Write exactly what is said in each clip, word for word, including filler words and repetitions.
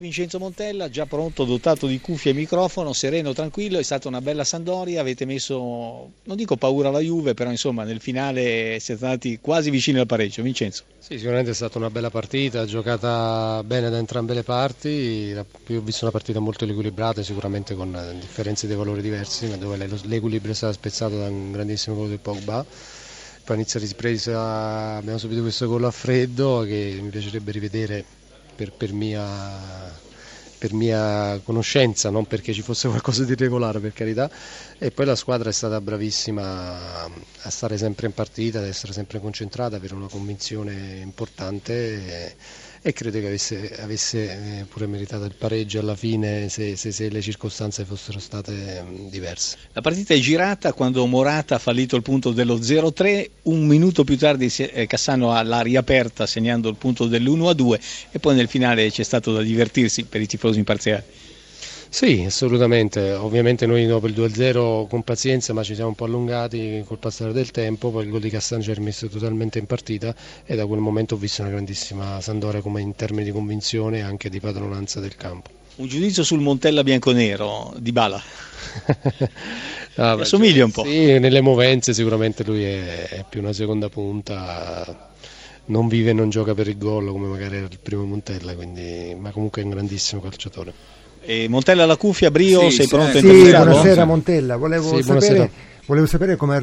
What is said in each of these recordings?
Vincenzo Montella, già pronto, dotato di cuffie e microfono, sereno, tranquillo, è stata una bella Sampdoria, avete messo, non dico paura alla Juve, però insomma nel finale siete andati quasi vicini al pareggio. Vincenzo. Sì, sicuramente è stata una bella partita, giocata bene da entrambe le parti. Io ho visto una partita molto equilibrata, sicuramente con differenze di valori diversi, ma dove l'equilibrio è stato spezzato da un grandissimo gol di Pogba. Poi inizia ripresa, abbiamo subito questo gol a freddo che mi piacerebbe rivedere per, per, mia, per mia conoscenza, non perché ci fosse qualcosa di irregolare, per carità. E poi la squadra è stata bravissima a stare sempre in partita, ad essere sempre concentrata, per una convinzione importante e, e credo che avesse, avesse pure meritato il pareggio alla fine se, se, se le circostanze fossero state diverse. La partita è girata quando Morata ha fallito il punto dello zero tre, un minuto più tardi Cassano l'ha riaperta segnando il punto dell'uno a due e poi nel finale c'è stato da divertirsi per i tifosi imparziali. Sì, assolutamente, ovviamente noi dopo il due a zero con pazienza, ma ci siamo un po' allungati col passare del tempo, poi il gol di Cassano ci ha rimesso totalmente in partita e da quel momento ho visto una grandissima Sampdoria come in termini di convinzione e anche di padronanza del campo. Un giudizio sul Montella bianconero, Dybala? No, Ti assomiglia un po'? Sì, nelle movenze sicuramente lui è, è più una seconda punta, non vive e non gioca per il gol come magari era il primo Montella, quindi, ma comunque è un grandissimo calciatore. E Montella alla cuffia, Brio, sì, sei sì, pronto sì, a intervistarlo? Buonasera Montella, volevo, sì, sapere, volevo sapere come ha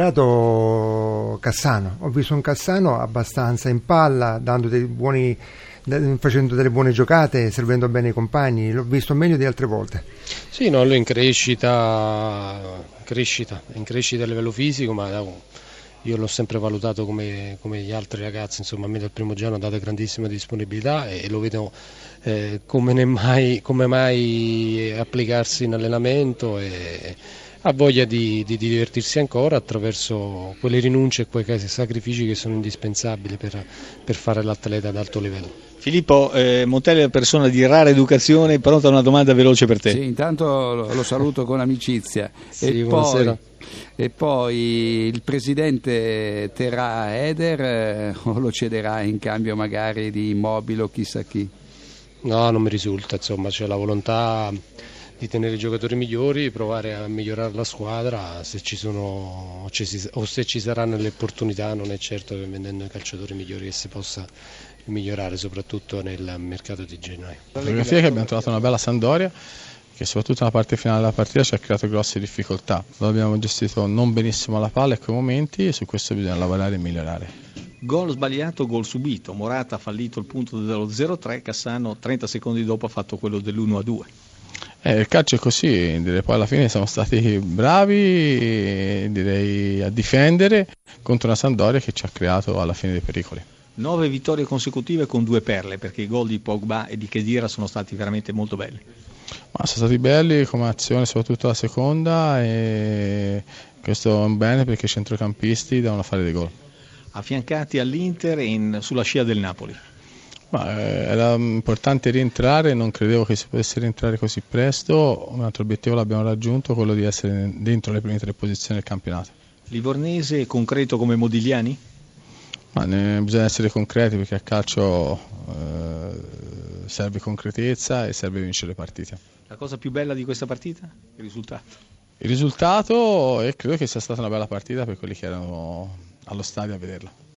rigenerato Cassano. Ho visto un Cassano abbastanza in palla, dando dei buoni, facendo delle buone giocate, servendo bene i compagni, l'ho visto meglio di altre volte. Sì, no, lui in crescita, crescita, in crescita a livello fisico, ma io l'ho sempre valutato come, come gli altri ragazzi, insomma a me dal primo giorno ha dato grandissima disponibilità e lo vedo eh, come, ne mai, come mai applicarsi in allenamento e ha voglia di, di, di divertirsi ancora attraverso quelle rinunce e quei sacrifici che sono indispensabili per, per fare l'atleta ad alto livello. Filippo, eh, Montella è una persona di rara educazione, pronta a una domanda veloce per te. Sì, intanto lo, lo saluto con amicizia. Sì, e, poi, e poi il presidente terrà Eder eh, o lo cederà in cambio magari di Immobile o chissà chi? No, non mi risulta, insomma c'è la volontà di tenere i giocatori migliori, provare a migliorare la squadra, se ci sono o se ci saranno le opportunità, non è certo che vendendo i calciatori migliori che si possa migliorare, soprattutto nel mercato di gennaio. La fotografia è che abbiamo trovato una bella Sampdoria che soprattutto nella parte finale della partita ci ha creato grosse difficoltà. Lo abbiamo gestito non benissimo alla palla in quei momenti e su questo bisogna lavorare e migliorare. Gol sbagliato, gol subito. Morata ha fallito il punto dello zero tre, Cassano trenta secondi dopo ha fatto quello dell'uno a due. Eh, il calcio è così, direi, poi alla fine siamo stati bravi direi, a difendere contro una Sampdoria che ci ha creato alla fine dei pericoli. Nove vittorie consecutive con due perle, perché i gol di Pogba e di Khedira sono stati veramente molto belli. Ma sono stati belli come azione, soprattutto la seconda, e questo è un bene perché i centrocampisti devono fare dei gol. Affiancati all'Inter e in, sulla scia del Napoli. Ma, eh, era importante rientrare, non credevo che si potesse rientrare così presto, un altro obiettivo l'abbiamo raggiunto, quello di essere dentro le prime tre posizioni del campionato. Livornese concreto come Modigliani? Ma ne, bisogna essere concreti perché a calcio eh, serve concretezza e serve vincere le partite. La cosa più bella di questa partita? Il risultato? Il risultato, e credo che sia stata una bella partita per quelli che erano allo stadio a vederla.